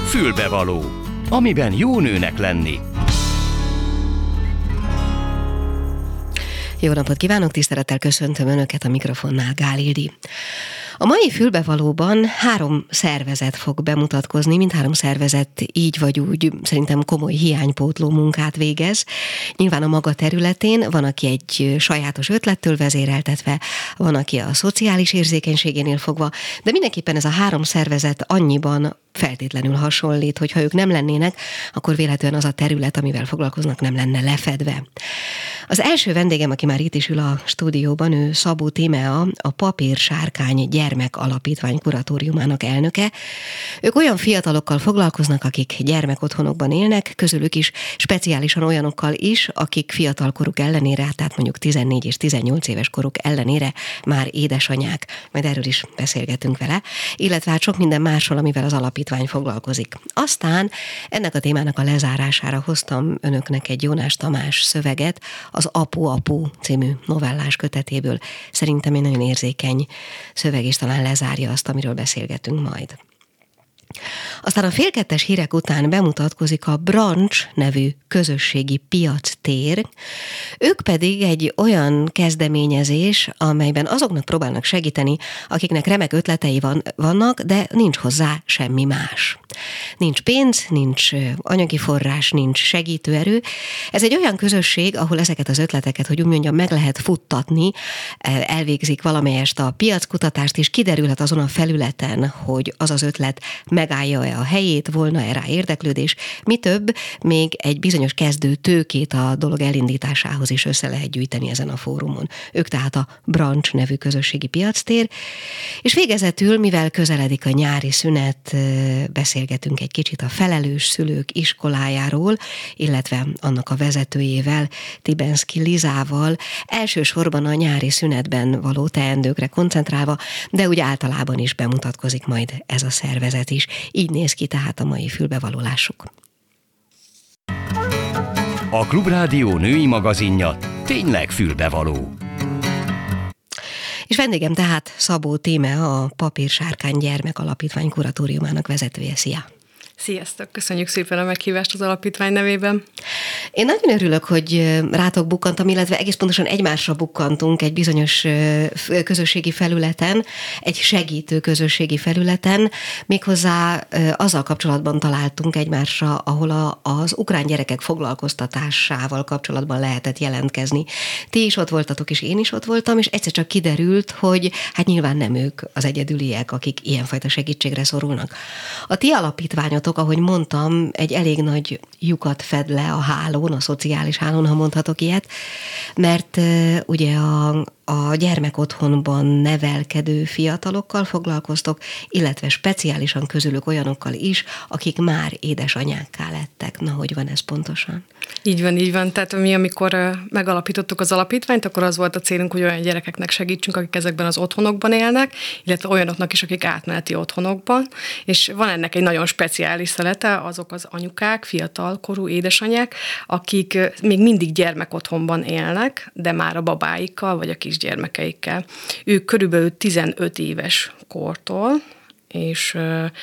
Fülbevaló, amiben jó nőnek lenni. Jó napot kívánok, tisztelettel köszöntöm Önöket, a mikrofonnál Gál Ildi. A mai Fülbevalóban 3 szervezet fog bemutatkozni, mindhárom szervezet így vagy úgy szerintem komoly hiánypótló munkát végez. Nyilván a maga területén, van, aki egy sajátos ötlettől vezéreltetve, van, aki a szociális érzékenységénél fogva, de mindenképpen ez a 3 szervezet annyiban feltétlenül hasonlít, hogy ha ők nem lennének, akkor véletlenül az a terület, amivel foglalkoznak, nem lenne lefedve. Az első vendégem, aki már itt is ül a stúdióban, ő Szabó Tímea, a Papírsárkány Gyermek Alapítvány kuratóriumának elnöke. Ők olyan fiatalokkal foglalkoznak, akik gyermekotthonokban élnek, közülük is speciálisan olyanokkal is, akik fiatalkoruk ellenére, tehát mondjuk 14 és 18 éves koruk ellenére már édesanyák. Majd erről is beszélgetünk vele, illetve hát sok minden másról, amivel az alapítvány foglalkozik. Aztán ennek a témának a lezárására hoztam önöknek egy Jónás Tamás szöveget, az Apu című novellás kötetéből. Szerintem egy nagyon érzékeny szöveg, és talán lezárja azt, amiről beszélgetünk majd. Aztán a fél 2-es hírek után bemutatkozik a Branch nevű közösségi piactér. Ők pedig egy olyan kezdeményezés, amelyben azoknak próbálnak segíteni, akiknek remek ötletei vannak, de nincs hozzá semmi más. Nincs pénz, nincs anyagi forrás, nincs segítőerő. Ez egy olyan közösség, ahol ezeket az ötleteket, hogy úgy mondjam, meg lehet futtatni, elvégzik valamelyest a piackutatást, és kiderülhet azon a felületen, hogy az az ötlet megállja-e a helyét, volna-e rá érdeklődés. Mi több, még egy bizonyos kezdő tőkét a dolog elindításához is össze lehet gyűjteni ezen a fórumon. Ők tehát a Branch nevű közösségi piactér. És végezetül, mivel közeledik a nyári szünet, beszélgetünk egy kicsit a felelős szülők iskolájáról, illetve annak a vezetőjével, Tibenszki Lizával, elsősorban a nyári szünetben való teendőkre koncentrálva, de úgy általában is bemutatkozik majd ez a szervezet is. Így néz ki tehát a mai fülbevalólásuk. A Klubrádió női magazinja tényleg fülbevaló. És vendégem tehát Szabó Tímea, a Papírsárkány Gyermek Alapítvány kuratóriumának vezetője. Szia! Sziasztok! Köszönjük szépen a meghívást az alapítvány nevében. Én nagyon örülök, hogy rátok bukkantam, illetve egész pontosan egymásra bukkantunk egy bizonyos közösségi felületen, egy segítő közösségi felületen, méghozzá azzal kapcsolatban találtunk egymásra, ahol az ukrán gyerekek foglalkoztatásával kapcsolatban lehetett jelentkezni. Ti is ott voltatok, és én is ott voltam, és egyszer csak kiderült, hogy hát nyilván nem ők az egyedüliek, akik ilyenfajta segítségre szorulnak. A ti alapítványotok, ahogy mondtam, egy elég nagy lyukat fed le a hálón, a szociális hálón, ha mondhatok ilyet, mert ugye a gyermekotthonban nevelkedő fiatalokkal foglalkoztok, illetve speciálisan közülük olyanokkal is, akik már édesanyákká lettek. Na, hogy van ez pontosan? Így van. Tehát mi, amikor megalapítottuk az alapítványt, akkor az volt a célunk, hogy olyan gyerekeknek segítsünk, akik ezekben az otthonokban élnek, illetve olyanoknak is, akik átmeneti otthonokban. És van ennek egy nagyon speciális szelete, azok az anyukák, fiatalkorú édesanyák, akik még mindig gyermekotthonban élnek, de már a babáikkal vagy a kisgyermekeikkel. Ők körülbelül 15 éves kortól, és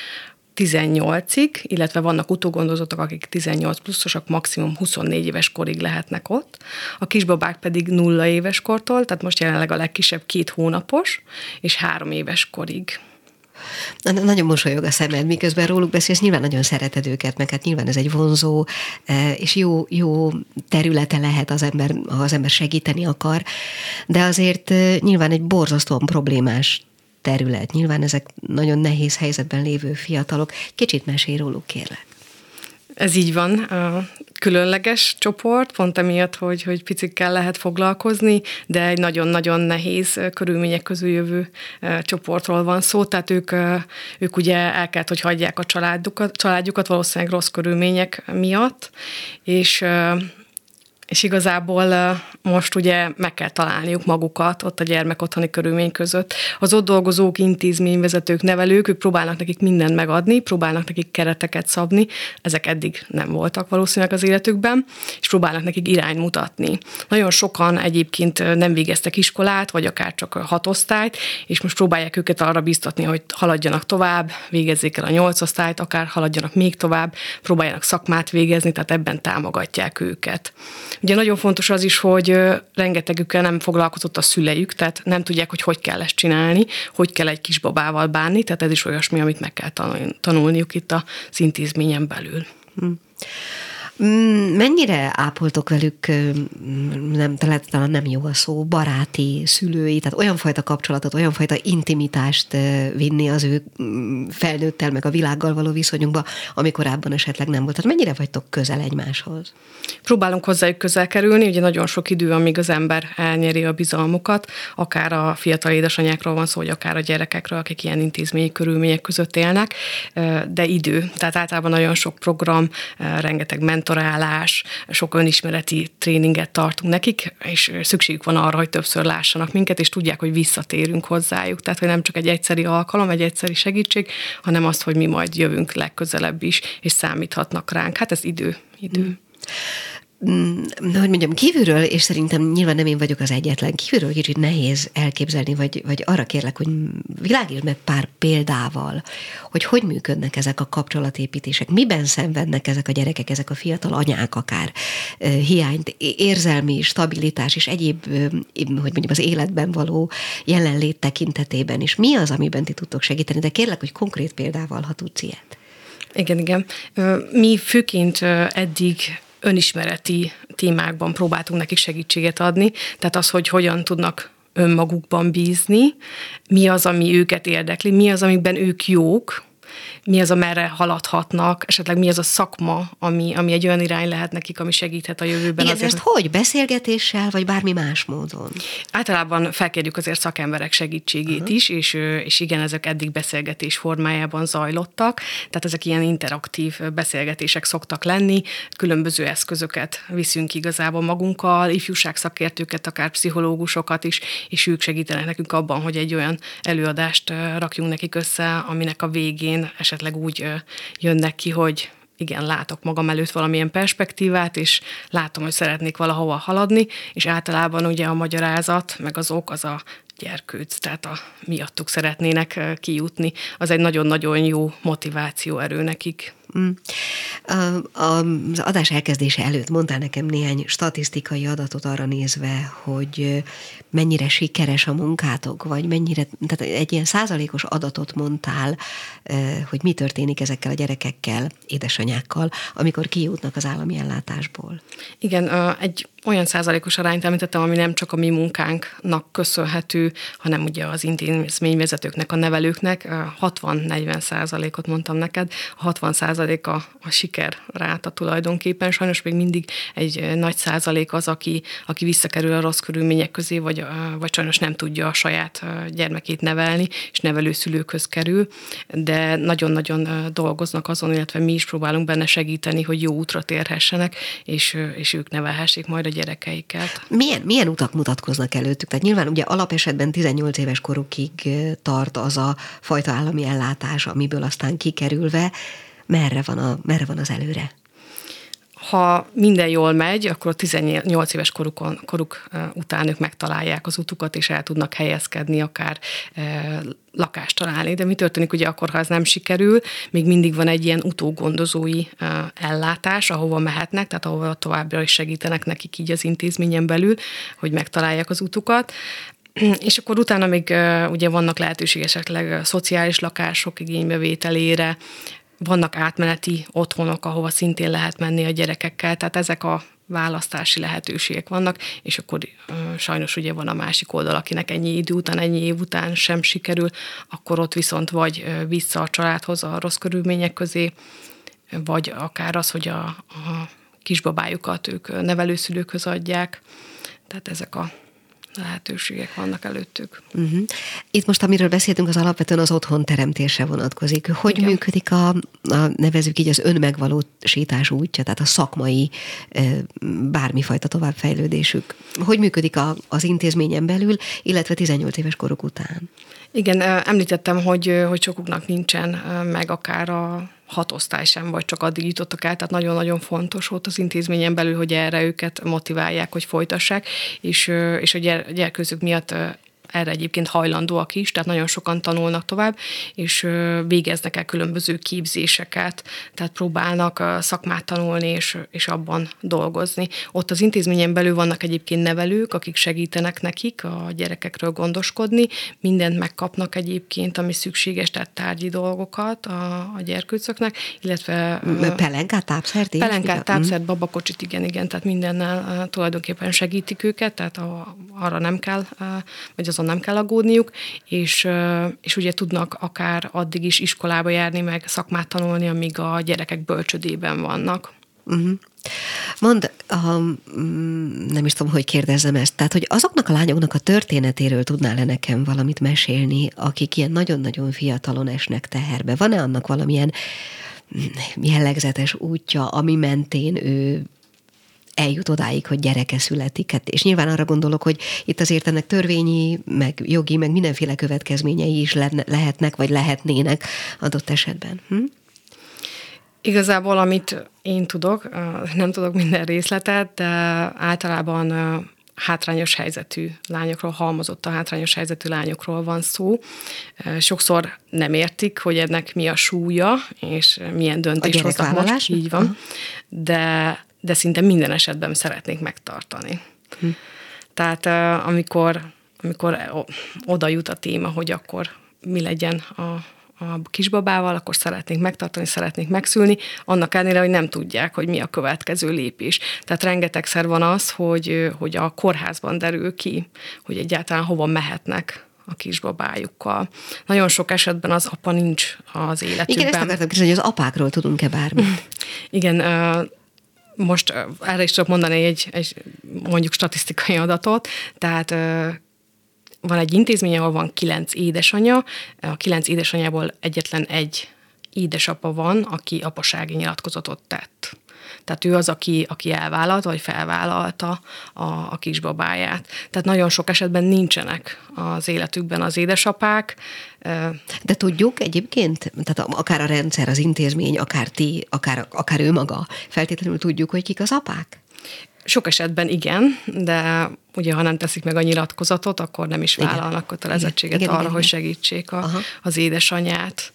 18-ig, illetve vannak utógondozottak, akik 18 pluszosak, maximum 24 éves korig lehetnek ott. A kisbabák pedig 0 éves kortól, tehát most jelenleg a legkisebb 2 hónapos, és 3 éves korig. Nagyon mosolyog a szemed, miközben róluk beszélsz, nyilván nagyon szereted őket, meg hát nyilván ez egy vonzó és jó területe lehet ha az ember segíteni akar, de azért nyilván egy borzasztóan problémás terület. Nyilván ezek nagyon nehéz helyzetben lévő fiatalok. Kicsit mesélj róluk, kérlek. Ez így van. Különleges csoport, pont emiatt, hogy picikkel lehet foglalkozni, de egy nagyon-nagyon nehéz körülmények közül jövő csoportról van szó, tehát ők ugye el kellett, hogy hagyják a családjukat valószínűleg rossz körülmények miatt, és És igazából most ugye meg kell találniuk magukat ott a gyermekotthoni körülmény között. Az ott dolgozók, intézményvezetők, nevelők, ők próbálnak nekik mindent megadni, próbálnak nekik kereteket szabni, ezek eddig nem voltak valószínűleg az életükben, és próbálnak nekik irányt mutatni. Nagyon sokan egyébként nem végeztek iskolát, vagy akár csak 6 osztályt, és most próbálják őket arra biztatni, hogy haladjanak tovább, végezzék el a 8 osztályt, akár haladjanak még tovább, próbáljanak szakmát végezni, tehát ebben támogatják őket. Ugye nagyon fontos az is, hogy rengetegükkel nem foglalkozott a szüleik, tehát nem tudják, hogy kell ezt csinálni, hogy kell egy kisbabával bánni, tehát ez is olyasmi, amit meg kell tanulniuk itt az intézményen belül. Mennyire ápoltok velük, talán nem jó a szó, baráti, szülői, tehát olyan fajta kapcsolatot, olyan fajta intimitást vinni az ő felnőttel, meg a világgal való viszonyunkba, ami korábban esetleg nem volt. Tehát mennyire vagytok közel egymáshoz? Próbálunk hozzájuk közel kerülni, ugye nagyon sok idő, amíg az ember elnyeri a bizalmukat, akár a fiatal édesanyákról van szó, vagy akár a gyerekekről, akik ilyen intézményi körülmények között élnek, de idő. Tehát általában nagyon sok program, rengeteg mentorálás, sok önismereti tréninget tartunk nekik, és szükségük van arra, hogy többször lássanak minket, és tudják, hogy visszatérünk hozzájuk. Tehát, hogy nem csak egy egyszeri alkalom, egy egyszeri segítség, hanem azt, hogy mi majd jövünk legközelebb is, és számíthatnak ránk. Hát ez idő. Hogy mondjam, kívülről, és szerintem nyilván nem én vagyok az egyetlen, kívülről kicsit nehéz elképzelni, vagy arra kérlek, hogy világítsd meg pár példával, hogy működnek ezek a kapcsolatépítések, miben szenvednek ezek a gyerekek, ezek a fiatal anyák akár hiányt, érzelmi stabilitás és egyéb, hogy mondjam, az életben való jelenlét tekintetében is. Mi az, amiben ti tudtok segíteni? De kérlek, hogy konkrét példával, ha tudsz ilyet. Igen. Mi főként eddig önismereti témákban próbáltunk nekik segítséget adni, tehát az, hogy hogyan tudnak önmagukban bízni, mi az, ami őket érdekli, mi az, amikben ők jók, mi az, amerre haladhatnak, esetleg mi az a szakma, ami egy olyan irány lehet nekik, ami segíthet a jövőben. Igen, ezt hogy? Beszélgetéssel, vagy bármi más módon? Általában felkérjük azért szakemberek segítségét is, és igen, ezek eddig beszélgetés formájában zajlottak, tehát ezek ilyen interaktív beszélgetések szoktak lenni, különböző eszközöket viszünk igazából magunkkal, ifjúságszakértőket, akár pszichológusokat is, és ők segítenek nekünk abban, hogy egy olyan előadást rakjunk nekik össze, aminek a végén esetleg úgy jönnek ki, hogy igen, látok magam előtt valamilyen perspektívát, és látom, hogy szeretnék valahova haladni, és általában ugye a magyarázat, meg az ok, az a gyerkőc, tehát miattuk szeretnének kijutni. Az egy nagyon-nagyon jó motiváció erő nekik. Az adás elkezdése előtt mondtál nekem néhány statisztikai adatot arra nézve, hogy mennyire sikeres a munkátok, vagy mennyire, tehát egy ilyen százalékos adatot mondtál, hogy mi történik ezekkel a gyerekekkel, édesanyákkal, amikor kijutnak az állami ellátásból. Igen, egy olyan százalékos arányt említettem, ami nem csak a mi munkánknak köszönhető, hanem ugye az intézményvezetőknek, a nevelőknek. 60-40% mondtam neked, a 60% a sikerráta tulajdonképpen. Sajnos még mindig egy nagy százalék az, aki visszakerül a rossz körülmények közé, vagy sajnos nem tudja a saját gyermekét nevelni, és nevelőszülőkhöz kerül, de nagyon-nagyon dolgoznak azon, illetve mi is próbálunk benne segíteni, hogy jó útra térhessenek, és ők nevelhessék majd a gyerekeiket. Milyen utak mutatkoznak előttük? Tehát nyilván ugye alapesetben 18 éves korukig tart az a fajta állami ellátás, amiből aztán kikerülve, merre van az előre? Ha minden jól megy, akkor 18 éves koruk után ők megtalálják az utukat, és el tudnak helyezkedni, akár lakást találni. De mi történik ugye akkor, ha ez nem sikerül, még mindig van egy ilyen utógondozói ellátás, ahova mehetnek, tehát ahova továbbra is segítenek nekik így az intézményen belül, hogy megtalálják az utukat. És akkor utána még ugye vannak lehetőségek esetleg szociális lakások igénybevételére, vannak átmeneti otthonok, ahova szintén lehet menni a gyerekekkel, tehát ezek a választási lehetőségek vannak, és akkor sajnos ugye van a másik oldal, akinek ennyi idő után, ennyi év után sem sikerül, akkor ott viszont vagy vissza a családhoz a rossz körülmények közé, vagy akár az, hogy a kisbabájukat ők nevelőszülőkhöz adják, tehát ezek a lehetőségek vannak előttük. Uh-huh. Itt most, amiről beszéltünk, az alapvetően az otthon teremtésre vonatkozik. Hogy Igen. működik nevezzük így az önmegvalósítás útja, tehát a szakmai bármifajta továbbfejlődésük? Hogy működik az intézményen belül, illetve 18 éves koruk után? Igen, említettem, hogy sokuknak nincsen meg akár a 6 osztály sem, vagy csak addig jutottak el, tehát nagyon-nagyon fontos volt az intézményen belül, hogy erre őket motiválják, hogy folytassák, és a gyerkőcük miatt erre egyébként hajlandóak is, tehát nagyon sokan tanulnak tovább, és végeznek el különböző képzéseket, tehát próbálnak szakmát tanulni, és abban dolgozni. Ott az intézményen belül vannak egyébként nevelők, akik segítenek nekik a gyerekekről gondoskodni, mindent megkapnak egyébként, ami szükséges, tehát tárgyi dolgokat a gyerkőcöknek, illetve... Pelenkát, tápszert? Pelenkát, tápszert, babakocsit, igen, tehát mindennel tulajdonképpen segítik őket, tehát arra nem kell, vagy azon nem kell aggódniuk, és ugye tudnak akár addig is iskolába járni, meg szakmát tanulni, amíg a gyerekek bölcsödében vannak. Uh-huh. Mondd, nem is tudom, hogy kérdezzem ezt, tehát, hogy azoknak a lányoknak a történetéről tudnál-e nekem valamit mesélni, akik ilyen nagyon-nagyon fiatalon esnek teherbe? Van-e annak valamilyen jellegzetes útja, ami mentén ő eljut odáig, hogy gyereke születik. Hát, és nyilván arra gondolok, hogy itt azért ennek törvényi, meg jogi, meg mindenféle következményei is lehetnek, vagy lehetnének adott esetben. Igazából, amit én tudok, nem tudok minden részletet, de általában hátrányos helyzetű lányokról, halmozottan hátrányos helyzetű lányokról van szó. Sokszor nem értik, hogy ennek mi a súlya, és milyen döntés hoznak most. Így van. De szinte minden esetben szeretnék megtartani. Tehát amikor oda jut a téma, hogy akkor mi legyen a kisbabával, akkor szeretnénk megtartani, szeretnénk megszülni, annak ellenére, hogy nem tudják, hogy mi a következő lépés. Tehát rengetegszer van az, hogy a kórházban derül ki, hogy egyáltalán hova mehetnek a kisbabájukkal. Nagyon sok esetben az apa nincs az életükben. Igen, ezt akartam kérdezni, hogy az apákról tudunk-e bármit? Igen, most erre is tudok mondani egy mondjuk statisztikai adatot, tehát van egy intézmény, ahol van 9 édesanyja, a 9 édesanyjából egyetlen egy édesapa van, aki apasági nyilatkozatot tett. Tehát ő az, aki elvállalta, vagy felvállalta a kisbabáját. Tehát nagyon sok esetben nincsenek az életükben az édesapák. De tudjuk egyébként, tehát akár a rendszer, az intézmény, akár ti, akár ő maga, feltétlenül tudjuk, hogy kik az apák? Sok esetben igen, de ugye, ha nem teszik meg a nyilatkozatot, akkor nem is vállalnak kötelezettséget arra, hogy segítsék az édesanyját.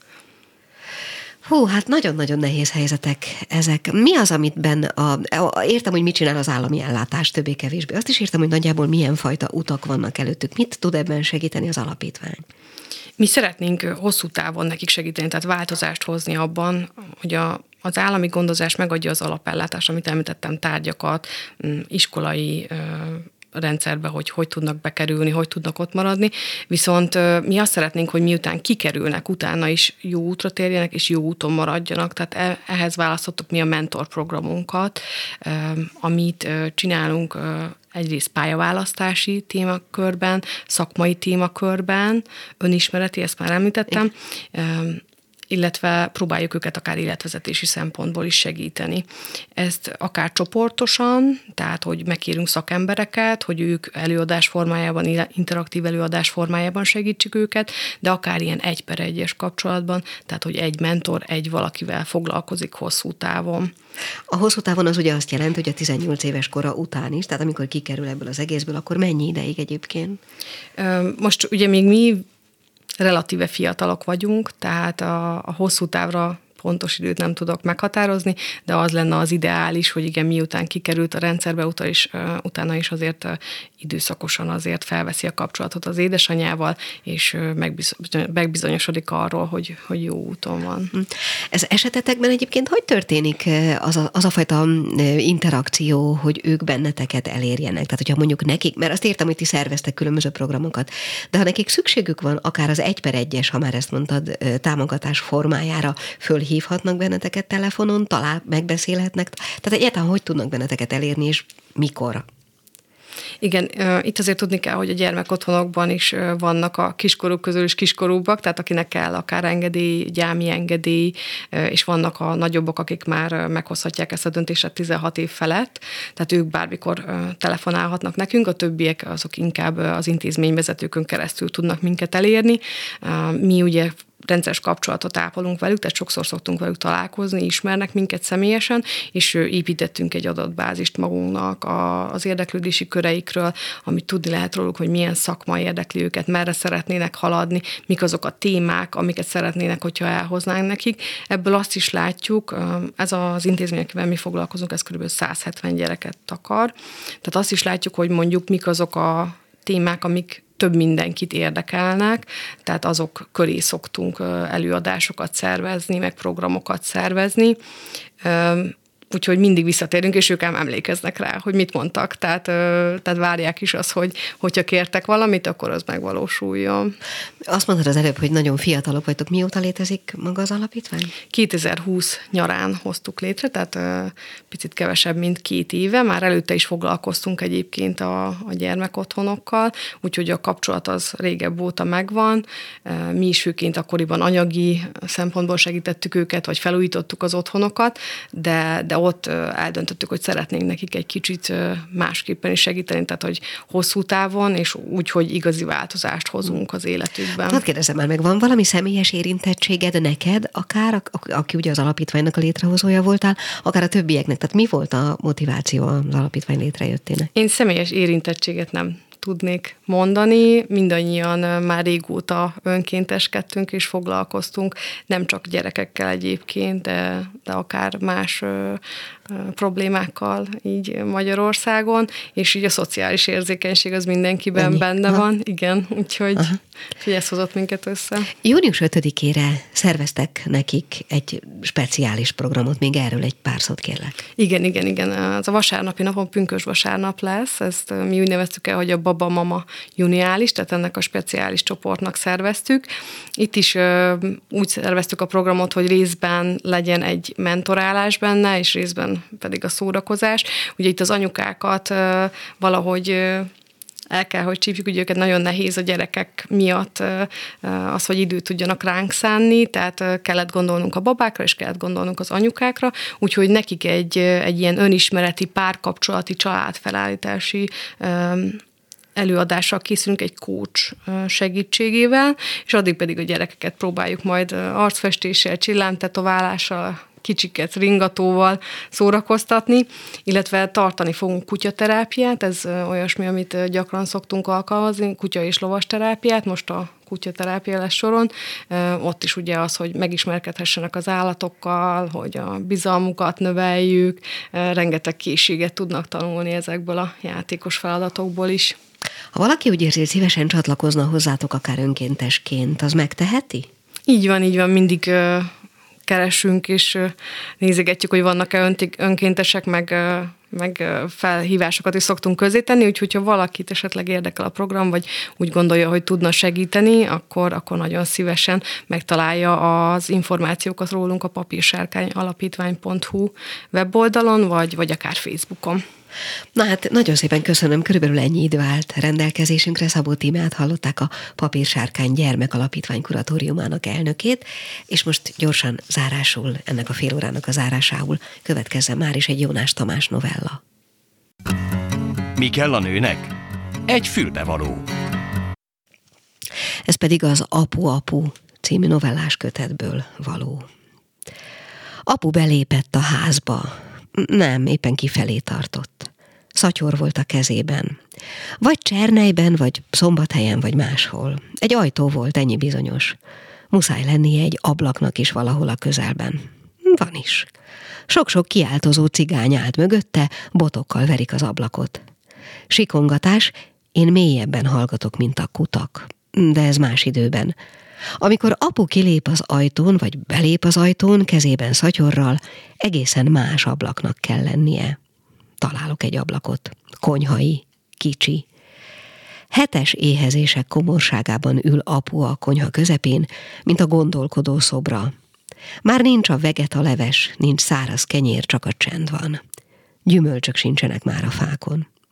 Hú, hát nagyon-nagyon nehéz helyzetek ezek. Mi az, amitben értem, hogy mit csinál az állami ellátás többé-kevésbé. Azt is értem, hogy nagyjából milyen fajta utak vannak előttük. Mit tud ebben segíteni az alapítvány? Mi szeretnénk hosszú távon nekik segíteni, tehát változást hozni abban, hogy az állami gondozás megadja az alapellátást, amit említettem, tárgyakat, iskolai rendszerbe, hogy tudnak bekerülni, hogy tudnak ott maradni. Viszont mi azt szeretnénk, hogy miután kikerülnek, utána is jó útra térjenek, és jó úton maradjanak. Tehát ehhez választottuk mi a mentorprogramunkat, amit csinálunk egyrészt pályaválasztási témakörben, szakmai témakörben, önismereti, ezt már említettem, illetve próbáljuk őket akár életvezetési szempontból is segíteni. Ezt akár csoportosan, tehát hogy megkérünk szakembereket, hogy ők előadás formájában, interaktív előadás formájában segítsük őket, de akár ilyen 1/1-es kapcsolatban, tehát hogy egy mentor, egy valakivel foglalkozik hosszú távon. A hosszú távon az ugye azt jelenti, hogy a 18 éves kora után is, tehát amikor kikerül ebből az egészből, akkor mennyi ideig egyébként? Most ugye még mi relatíve fiatalok vagyunk, tehát a hosszú távra pontos időt nem tudok meghatározni, de az lenne az ideális, hogy igen, miután kikerült a rendszerbe, utána is azért időszakosan azért felveszi a kapcsolatot az édesanyjával, és megbizonyosodik arról, hogy jó úton van. Ez esetetekben egyébként hogy történik az a fajta interakció, hogy ők benneteket elérjenek? Tehát, hogyha mondjuk nekik, mert azt értem, hogy ti szerveztek különböző programokat, de ha nekik szükségük van, akár az 1/1-es, ha már ezt mondtad, támogatás formájára fölhívhatnak benneteket telefonon, talán megbeszélhetnek. Tehát egyáltalán hogy tudnak benneteket elérni, és mikor? Igen, itt azért tudni kell, hogy a gyermekotthonokban is vannak a kiskorúk közül is kiskorúbbak, tehát akinek kell akár engedély, gyámi engedély, és vannak a nagyobbak, akik már meghozhatják ezt a döntést 16 év felett, tehát ők bármikor telefonálhatnak nekünk, a többiek azok inkább az intézményvezetőkön keresztül tudnak minket elérni. Mi ugye rendszeres kapcsolatot ápolunk velük, tehát sokszor szoktunk velük találkozni, ismernek minket személyesen, és építettünk egy adatbázist magunknak az érdeklődési köreikről, amit tudni lehet róluk, hogy milyen szakma érdekli őket, merre szeretnének haladni, mik azok a témák, amiket szeretnének, hogyha elhoznánk nekik. Ebből azt is látjuk, ez az intézmény, amivel mi foglalkozunk, ez kb. 170 gyereket takar. Tehát azt is látjuk, hogy mondjuk mik azok a témák, amik több mindenkit érdekelnek, tehát azok köré szoktunk előadásokat szervezni, meg programokat szervezni, úgyhogy mindig visszatérünk, és ők emlékeznek rá, hogy mit mondtak, tehát várják is azt, hogy hogyha kértek valamit, akkor az megvalósuljon. Azt mondtad az előbb, hogy nagyon fiatalok vagytok. Mióta létezik maga az alapítvány? 2020 nyarán hoztuk létre, tehát picit kevesebb, mint 2 éve. Már előtte is foglalkoztunk egyébként a gyermekotthonokkal, úgyhogy a kapcsolat az régebb óta megvan. Mi is főként akkoriban anyagi szempontból segítettük őket, vagy felújítottuk az otthonokat, de ott eldöntöttük, hogy szeretnénk nekik egy kicsit másképpen is segíteni, tehát hogy hosszú távon, és úgy, hogy igazi változást hozunk az életükben. Hát kérdezem már meg, van valami személyes érintettséged neked, akár, aki ugye az alapítványnak a létrehozója voltál, akár a többieknek? Tehát mi volt a motiváció az alapítvány létrejöttének? Én személyes érintettséget nem tudnék mondani. Mindannyian már régóta önkénteskedtünk és foglalkoztunk, nem csak gyerekekkel egyébként, de akár más problémákkal így Magyarországon, és így a szociális érzékenység az mindenkiben benne van. Igen, úgyhogy ez hozott minket össze. Június 5-ére szerveztek nekik egy speciális programot, még erről egy pár szót kérlek. Igen. Az a vasárnapi napon pünkösd vasárnap lesz, ezt mi úgy neveztük el, hogy a Baba-Mama juniális, tehát ennek a speciális csoportnak szerveztük. Itt is úgy szerveztük a programot, hogy részben legyen egy mentorálás benne, és részben pedig a szórakozás. Ugye itt az anyukákat valahogy el kell, hogy csípjük, ugye őket nagyon nehéz a gyerekek miatt az, hogy időt tudjanak ránk szánni, tehát kellett gondolnunk a babákra, és kellett gondolnunk az anyukákra, úgyhogy nekik egy ilyen önismereti, párkapcsolati, családfelállítási előadással készülünk egy coach segítségével, és addig pedig a gyerekeket próbáljuk majd arcfestéssel, csillámtetoválással, kicsiket ringatóval szórakoztatni, illetve tartani fogunk kutyaterápiát, ez olyasmi, amit gyakran szoktunk alkalmazni, kutya- és lovasterápiát, most a kutyaterápia lesz soron. Ott is ugye az, hogy megismerkedhessenek az állatokkal, hogy a bizalmukat növeljük, rengeteg készséget tudnak tanulni ezekből a játékos feladatokból is. Ha valaki úgy érzi, hogy szívesen csatlakozna hozzátok akár önkéntesként, az megteheti? Így van, mindig keresünk, és nézegetjük, hogy vannak-e önkéntesek, meg felhívásokat is szoktunk közzétenni, úgyhogy ha valakit esetleg érdekel a program, vagy úgy gondolja, hogy tudna segíteni, akkor nagyon szívesen megtalálja az információkat rólunk a papírsárkányalapítvány.hu weboldalon, vagy akár Facebookon. Na hát nagyon szépen köszönöm, körülbelül ennyi idő állt rendelkezésünkre. Szabó Tímeát hallották, a Papírsárkány Gyermekalapítvány kuratóriumának elnökét, és most gyorsan zárásul, ennek a fél órának a zárásául következzen már is egy Jónás Tamás novella. Mi kell a nőnek? Egy fülbevaló. Ez pedig az Apu című novellás kötetből való. Apu belépett a házba. Nem, éppen kifelé tartott. Szatyor volt a kezében. Vagy Csernelyben, vagy Szombathelyen, vagy máshol. Egy ajtó volt, ennyi bizonyos. Muszáj lennie egy ablaknak is valahol a közelben. Van is. Sok-sok kiáltozó cigány állt mögötte, botokkal verik az ablakot. Sikongatás, én mélyebben hallgatok, mint a kutak. De ez más időben. Amikor apu kilép az ajtón, vagy belép az ajtón, kezében szatyorral, egészen más ablaknak kell lennie. Találok egy ablakot. Konyhai, kicsi. Hetes éhezések komorságában ül apu a konyha közepén, mint a gondolkodó szobra. Már nincs a vegetaleves, nincs száraz kenyér, csak a csend van. Gyümölcsök sincsenek már a fákon.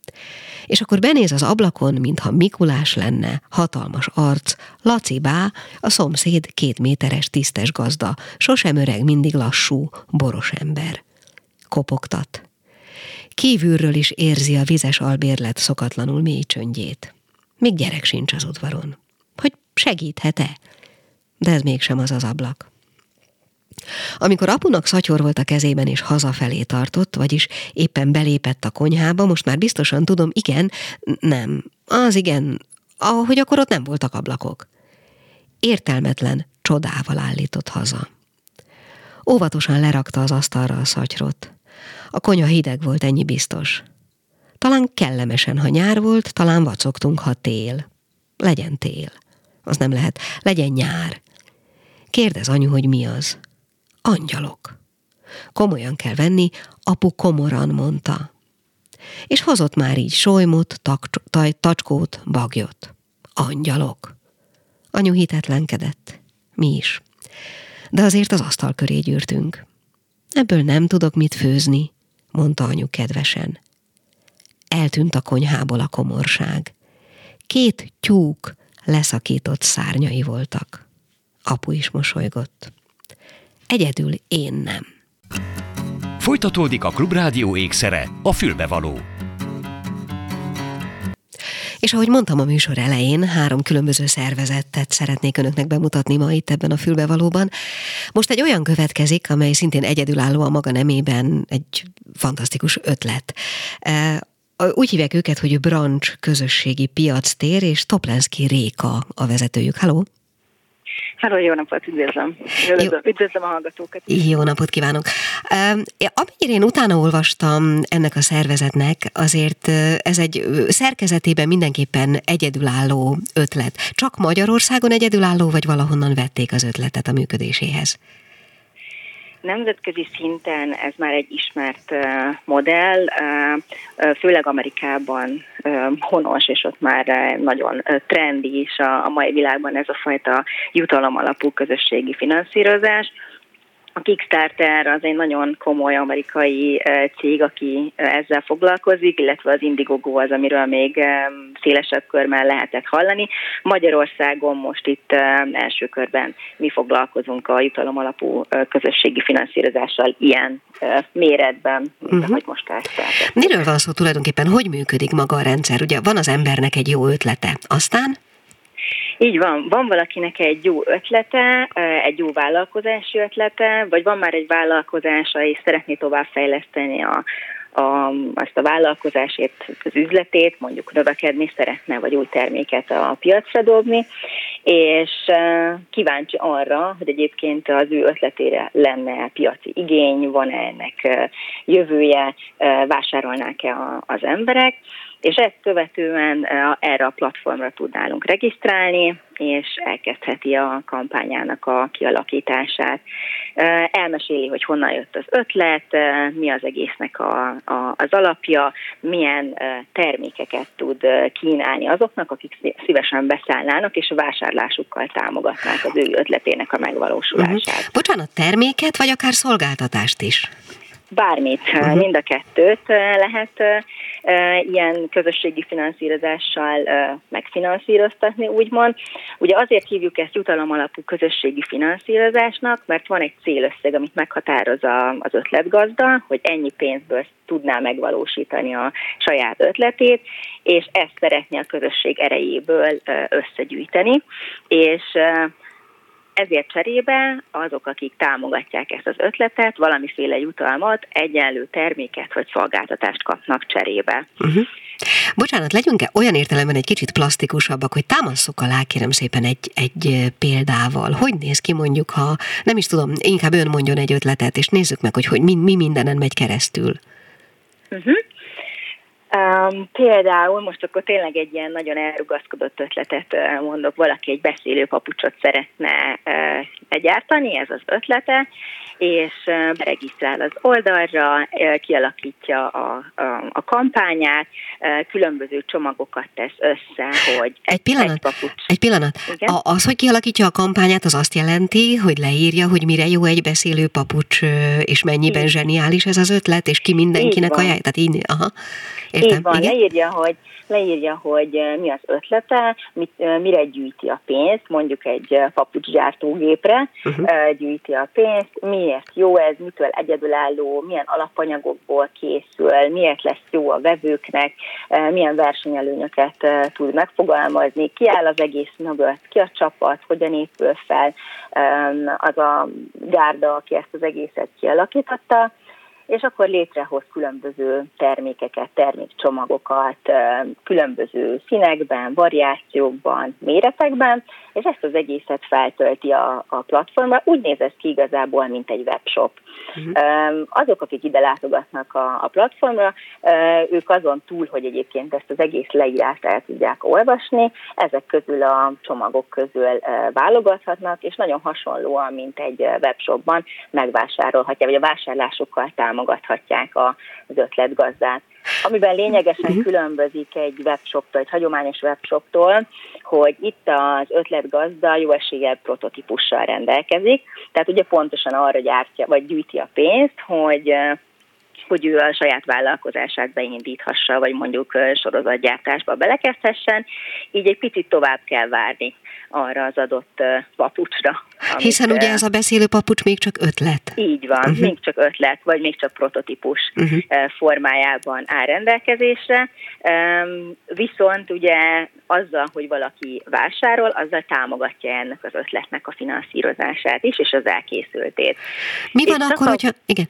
És akkor benéz az ablakon, mintha Mikulás lenne, hatalmas arc, Laci bá, a szomszéd 2 méteres tisztes gazda, sosem öreg, mindig lassú, boros ember. Kopogtat. Kívülről is érzi a vizes albérlet szokatlanul mély csöndjét. Még gyerek sincs az udvaron. Hogy segíthet-e? De ez mégsem az az ablak. Amikor apunak szatyor volt a kezében és hazafelé tartott, vagyis éppen belépett a konyhába, most már biztosan tudom, igen, nem, az igen, ahogy akkor ott nem voltak ablakok. Értelmetlen csodával állított haza. Óvatosan lerakta az asztalra a szatyrot. A konyha hideg volt, ennyi biztos. Talán kellemesen, ha nyár volt, talán vacogtunk, ha tél. Legyen tél. Az nem lehet. Legyen nyár. Kérdez anyu, hogy mi az. Angyalok. Komolyan kell venni, apu komoran mondta. És hozott már így solymot, tacskót, bagyot. Angyalok. Anyu hitetlenkedett. Mi is. De azért az asztal köré gyűrtünk. Ebből nem tudok mit főzni, mondta anyu kedvesen. Eltűnt a konyhából a komorság. 2 tyúk leszakított szárnyai voltak. Apu is mosolygott. Egyedül én nem. Folytatódik a Klubrádió ékszere, a fülbevaló. És ahogy mondtam a műsor elején, 3 különböző szervezetet szeretnék önöknek bemutatni ma itt ebben a fülbevalóban. Most egy olyan következik, amely szintén egyedülálló a maga nemében, egy fantasztikus ötlet. Úgy hívják őket, hogy Brancs közösségi piactér, és Toplenszky Réka a vezetőjük. Halló! Halló, jó napot, üdvözlöm. Üdvözlöm a hallgatókat. Jó napot kívánok. Amennyire én utána olvastam ennek a szervezetnek, azért ez egy szerkezetében mindenképpen egyedülálló ötlet. Csak Magyarországon egyedülálló, vagy valahonnan vették az ötletet a működéséhez? Nemzetközi szinten ez már egy ismert modell, főleg Amerikában honos, és ott már nagyon trendi is a mai világban ez a fajta jutalomalapú közösségi finanszírozás. A Kickstarter az egy nagyon komoly amerikai cég, aki ezzel foglalkozik, illetve az Indiegogo az, amiről még szélesebb körben lehetett hallani. Magyarországon most itt első körben mi foglalkozunk a jutalomalapú közösségi finanszírozással ilyen méretben, mint ahogy most elszálltak. Miről van szó tulajdonképpen? Hogy működik maga a rendszer? Ugye van az embernek egy jó ötlete, aztán? Így van valakinek egy jó ötlete, egy jó vállalkozási ötlete, vagy van már egy vállalkozása, és szeretné továbbfejleszteni azt a vállalkozásét, az üzletét, mondjuk növekedni szeretne, vagy új terméket a piacra dobni, és kíváncsi arra, hogy egyébként az ő ötletére lenne piaci igény, van-e ennek jövője, vásárolnák-e az emberek, és ezt követően erre a platformra tud nálunk regisztrálni, és elkezdheti a kampányának a kialakítását. Elmeséli, hogy honnan jött az ötlet, mi az egésznek az alapja, milyen termékeket tud kínálni azoknak, akik szívesen beszállnának, és a vásárlásukkal támogatnák az ő ötletének a megvalósulását. Bocsánat, terméket, vagy akár szolgáltatást is? Bármit, mind a kettőt lehet ilyen közösségi finanszírozással megfinanszíroztatni, úgymond. Ugye azért hívjuk ezt jutalomalapú közösségi finanszírozásnak, mert van egy célösszeg, amit meghatároz az ötletgazda, hogy ennyi pénzből tudná megvalósítani a saját ötletét, és ezt szeretné a közösség erejéből összegyűjteni, és ezért cserébe azok, akik támogatják ezt az ötletet, valamiféle jutalmat, egyenlő terméket vagy szolgáltatást kapnak cserébe. Bocsánat, legyünk-e olyan értelemben egy kicsit plastikusabbak, hogy támasszuk alá, kérem szépen egy példával. Hogy néz ki mondjuk, ha nem is tudom, inkább ön mondjon egy ötletet, és nézzük meg, hogy mi mindenen megy keresztül. Például most akkor tényleg egy ilyen nagyon elrugaszkodott ötletet mondok, valaki egy beszélő papucsot szeretne gyártani, ez az ötlete, és beregisztrál az oldalra, kialakítja a kampányát, különböző csomagokat tesz össze, hogy egy pillanat. Az, hogy kialakítja a kampányát, az azt jelenti, hogy leírja, hogy mire jó egy beszélő papucs, és mennyiben zseniális ez az ötlet, és ki mindenkinek ajánlja. Tehát így, Értem. Így van, leírja, hogy mi az ötlete, mire gyűjti a pénzt, mondjuk egy papucsgyártógépre gyűjti a pénzt, miért jó ez, mitől egyedülálló, milyen alapanyagokból készül, miért lesz jó a vevőknek, milyen versenyelőnyöket tud megfogalmazni, ki áll az egész mögött, ki a csapat, hogyan épül fel az a gárda, aki ezt az egészet kialakította, és akkor létrehoz különböző termékeket, termékcsomagokat, különböző színekben, variációkban, méretekben, és ezt az egészet feltölti a platformra. Úgy néz ez ki igazából, mint egy webshop. Azok, akik ide látogatnak a platformra, ők azon túl, hogy egyébként ezt az egész leírást el tudják olvasni, ezek közül a csomagok közül válogathatnak, és nagyon hasonlóan, mint egy webshopban megvásárolhatják, vagy a vásárlásokkal támogathatják az ötletgazdát. Amiben lényegesen különbözik egy webshoptól, egy hagyományos webshoptól, hogy itt az ötletgazda jó eséllyel prototípussal rendelkezik, tehát ugye pontosan arra gyártja, vagy gyűjti a pénzt, hogy ő a saját vállalkozását beindíthassa, vagy mondjuk sorozatgyártásba belekezdhessen, így egy picit tovább kell várni arra az adott papucsra. Hiszen ugye ez a beszélő papucs még csak ötlet. Így van, még csak ötlet, vagy még csak prototípus formájában áll rendelkezésre. Viszont ugye azzal, hogy valaki vásárol, azzal támogatja ennek az ötletnek a finanszírozását is, és az elkészültét. Mi van akkor, hogyha... Igen.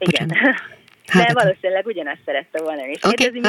De valószínűleg ugyanezt szerette volna is kérdezni,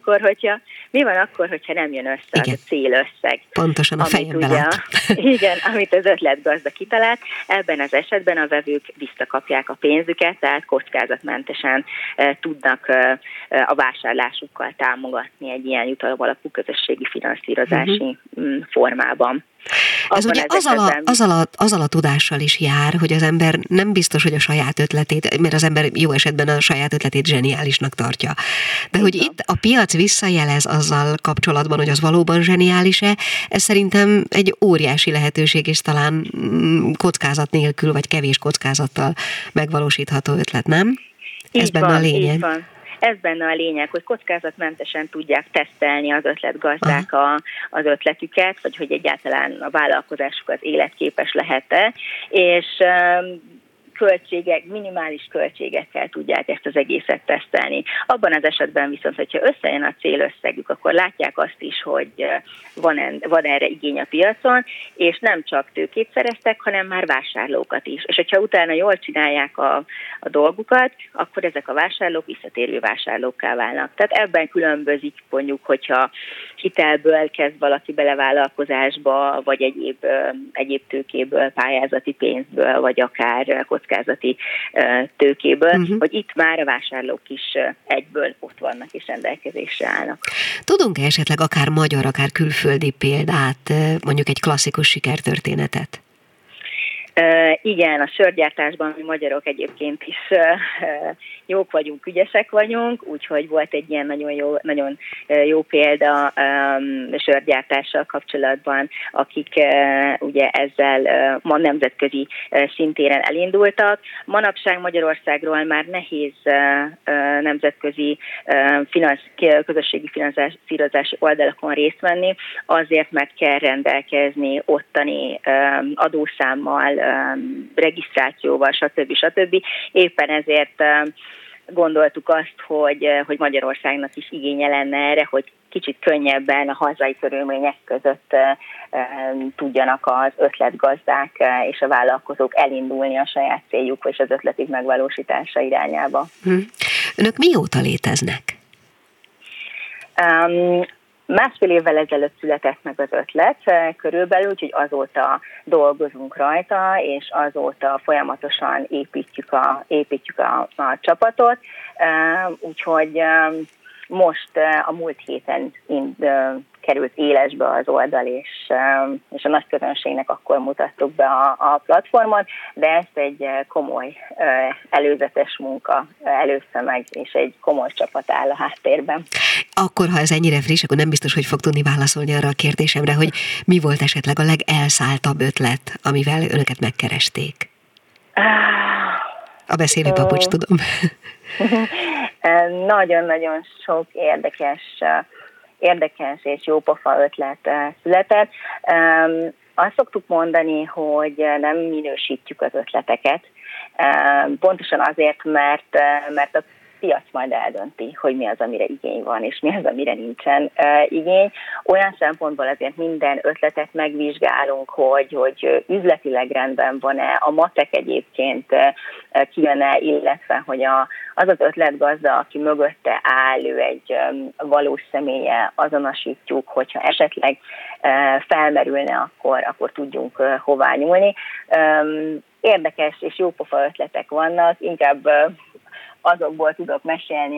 mi van akkor, hogyha nem jön össze az a célösszeg. Pontosan a fejembe lát. Igen, amit az ötletgazda kitalált. Ebben az esetben a vevők visszakapják a pénzüket, tehát kockázatmentesen tudnak a vásárlásukkal támogatni egy ilyen jutalom alapú közösségi finanszírozási formában. Ez ugye azzal a tudással is jár, hogy az ember nem biztos, hogy a saját ötletét, mert az ember jó esetben a saját ötletét zseniálisnak tartja. De hogy itt a piac visszajelez azzal kapcsolatban, hogy az valóban zseniális-e, ez szerintem egy óriási lehetőség, és talán kockázat nélkül, vagy kevés kockázattal megvalósítható ötlet, nem? Ez benne a lényeg. Így van. Ez benne a lényeg, hogy kockázatmentesen tudják tesztelni az ötletgazdák az ötletüket, vagy hogy egyáltalán a vállalkozásuk az életképes lehet-e, és minimális költségekkel tudják ezt az egészet tesztelni. Abban az esetben viszont, hogyha összejön a célösszegük, akkor látják azt is, hogy van erre igény a piacon, és nem csak tőkét szereztek, hanem már vásárlókat is. És hogyha utána jól csinálják a dolgukat, akkor ezek a vásárlók visszatérő vásárlókká válnak. Tehát ebben különbözik mondjuk, hogyha hitelből kezd valaki bele vállalkozásba, vagy egyéb tőkéből, pályázati pénzből, vagy akár kockázati tőkéből, hogy itt már a vásárlók is egyből ott vannak és rendelkezésre állnak. Tudunk-e esetleg akár magyar, akár külföldi példát, mondjuk egy klasszikus sikertörténetet? Igen, a sörgyártásban mi magyarok egyébként is jók vagyunk, ügyesek vagyunk, úgyhogy volt egy ilyen nagyon jó példa sörgyártással kapcsolatban, akik ugye ezzel ma nemzetközi szintéren elindultak. Manapság Magyarországról már nehéz nemzetközi közösségi finanszírozási oldalakon részt venni, azért mert kell rendelkezni ottani adószámmal, regisztrációval, stb. Éppen ezért gondoltuk azt, hogy Magyarországnak is igénye lenne erre, hogy kicsit könnyebben a hazai körülmények között tudjanak az ötletgazdák és a vállalkozók elindulni a saját céljuk és az ötletük megvalósítása irányába. Önök mióta léteznek? Másfél évvel ezelőtt született meg az ötlet körülbelül, úgyhogy azóta dolgozunk rajta, és azóta folyamatosan építjük a csapatot. Úgyhogy most a múlt héten került élesbe az oldal, és a nagy közönségnek akkor mutattuk be a platformon, de ezt egy komoly előzetes munka előzte meg, és egy komoly csapat áll a háttérben. Akkor, ha ez ennyire friss, akkor nem biztos, hogy fog tudni válaszolni arra a kérdésemre, hogy mi volt esetleg a legelszálltabb ötlet, amivel önöket megkeresték? A beszélő papucs, tudom. Nagyon-nagyon sok érdekes és jópofa ötlet született. Azt szoktuk mondani, hogy nem minősítjük az ötleteket, pontosan azért, mert a piac majd eldönti, hogy mi az, amire igény van, és mi az, amire nincsen igény. Olyan szempontból azért minden ötletet megvizsgálunk, hogy üzletileg rendben van-e, a matek egyébként kijön-e, illetve hogy az ötletgazda, aki mögötte áll, ő egy valós személye, azonosítjuk, hogyha esetleg felmerülne, akkor tudjunk hová nyúlni. Érdekes és jópofa ötletek vannak, inkább azokból tudok mesélni,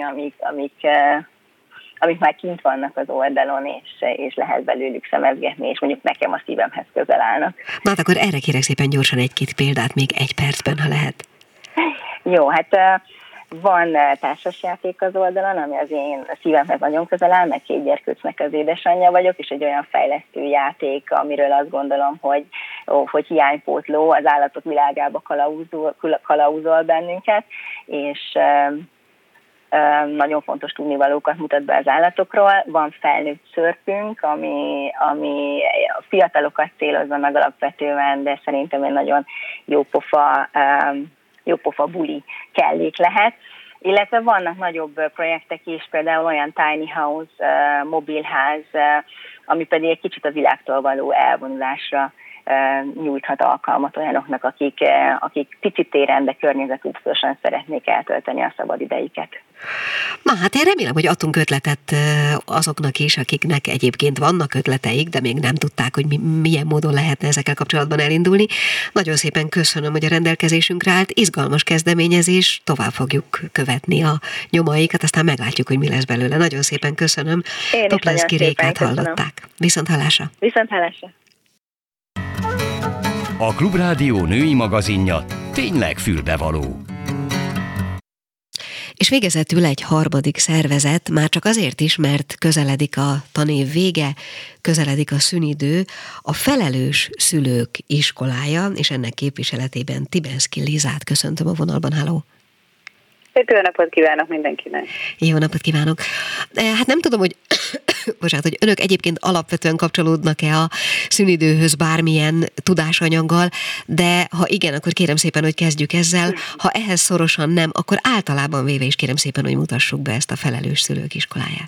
amik már kint vannak az oldalon, és lehet belőlük szemezgetni, és mondjuk nekem a szívemhez közel állnak. Na hát akkor erre kérek szépen gyorsan egy-két példát, még egy percben, ha lehet. Jó, hát van társasjáték az oldalon, ami az én szívemhez nagyon közel áll, meg 2 gyerkőcnek az édesanyja vagyok, és egy olyan fejlesztő játék, amiről azt gondolom, hogy hiánypótló, az állatok világába kalauzol bennünket, és nagyon fontos tudnivalókat mutat be az állatokról. Van felnőtt szörpünk, ami a fiatalokat célozza meg alapvetően, de szerintem egy nagyon jópofa buli kellék lehet. Illetve vannak nagyobb projektek is, például olyan tiny house, mobilház, ami pedig egy kicsit a világtól való elvonulásra nyújthat alkalmat olyanoknak, akik picit téren, de környezetudatosan szeretnék eltölteni a szabad idejüket. Na hát én remélem, hogy adtunk ötletet azoknak is, akiknek egyébként vannak ötleteik, de még nem tudták, hogy milyen módon lehetne ezekkel kapcsolatban elindulni. Nagyon szépen köszönöm, hogy a rendelkezésünkre állt. Izgalmas kezdeményezés, tovább fogjuk követni a nyomaikat, aztán meglátjuk, hogy mi lesz belőle. Nagyon szépen köszönöm. Toplensky Rékát hallották. Viszonthallásra. Viszonthallásra. A Klubrádió női magazinja tényleg fülbevaló. És végezetül egy harmadik szervezet, már csak azért is, mert közeledik a tanév vége, közeledik a szünidő, a Felelős Szülők Iskolája, és ennek képviseletében Tibenszky Lizát köszöntöm a vonalban. Halló! Jó napot kívánok mindenkinek! Jó napot kívánok! Hát nem tudom, hogy hogy önök egyébként alapvetően kapcsolódnak-e a szünidőhöz bármilyen tudásanyaggal, de ha igen, akkor kérem szépen, hogy kezdjük ezzel. Ha ehhez szorosan nem, akkor általában véve is kérem szépen, hogy mutassuk be ezt a Felelős Szülők Iskoláját.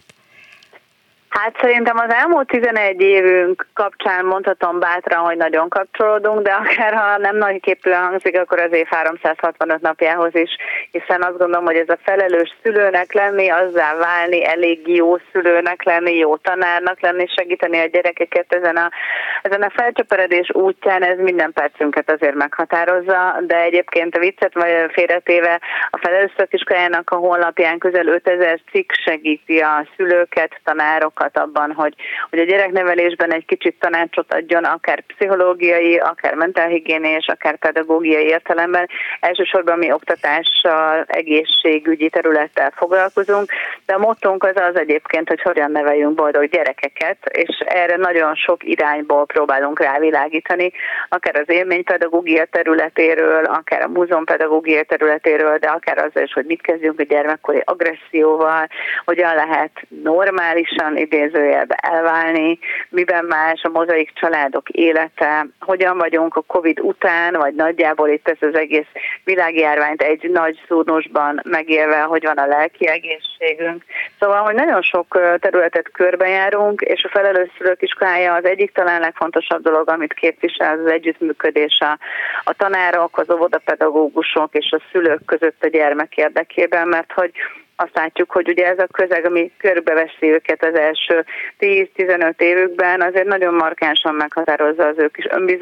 Hát szerintem az elmúlt 11 évünk kapcsán mondhatom bátran, hogy nagyon kapcsolódunk, de akár ha nem nagy képűen hangzik, akkor az év 365 napjához is, hiszen azt gondolom, hogy ez a felelős szülőnek lenni, azzá válni, elég jó szülőnek lenni, jó tanárnak lenni, segíteni a gyerekeket ezen a felcsöperedés útján, ez minden percünket azért meghatározza, de egyébként a viccet félretéve a Felelős Szülők Iskolájának a honlapján közel 5000 cikk segíti a szülőket, tanárokat abban, hogy a gyereknevelésben egy kicsit tanácsot adjon, akár pszichológiai, akár mentálhigiénés, akár pedagógiai értelemben. Elsősorban mi oktatással, egészségügyi területtel foglalkozunk, de a mottónk az egyébként, hogy hogyan neveljünk boldog gyerekeket, és erre nagyon sok irányból próbálunk rávilágítani, akár az élménypedagógia területéről, akár a múzeumpedagógia területéről, de akár azzal is, hogy mit kezdjünk a gyermekkori agresszióval, hogyan lehet normálisan idézőjelbe elválni, miben más a mozaik családok élete, hogyan vagyunk a Covid után, vagy nagyjából itt ez az egész világjárványt egy nagy zónusban megélve, hogy van a lelki egészségünk. Szóval, hogy nagyon sok területet körbejárunk, és a Felelős Szülők Iskolája az egyik talán legfontosabb dolog, amit képvisel, az együttműködés a tanárok, az óvodapedagógusok és a szülők között a gyermek érdekében, mert hogy azt látjuk, hogy ugye ez a közeg, ami körbeveszi őket az első 10-15 évükben, azért nagyon markánsan meghatározza az ők is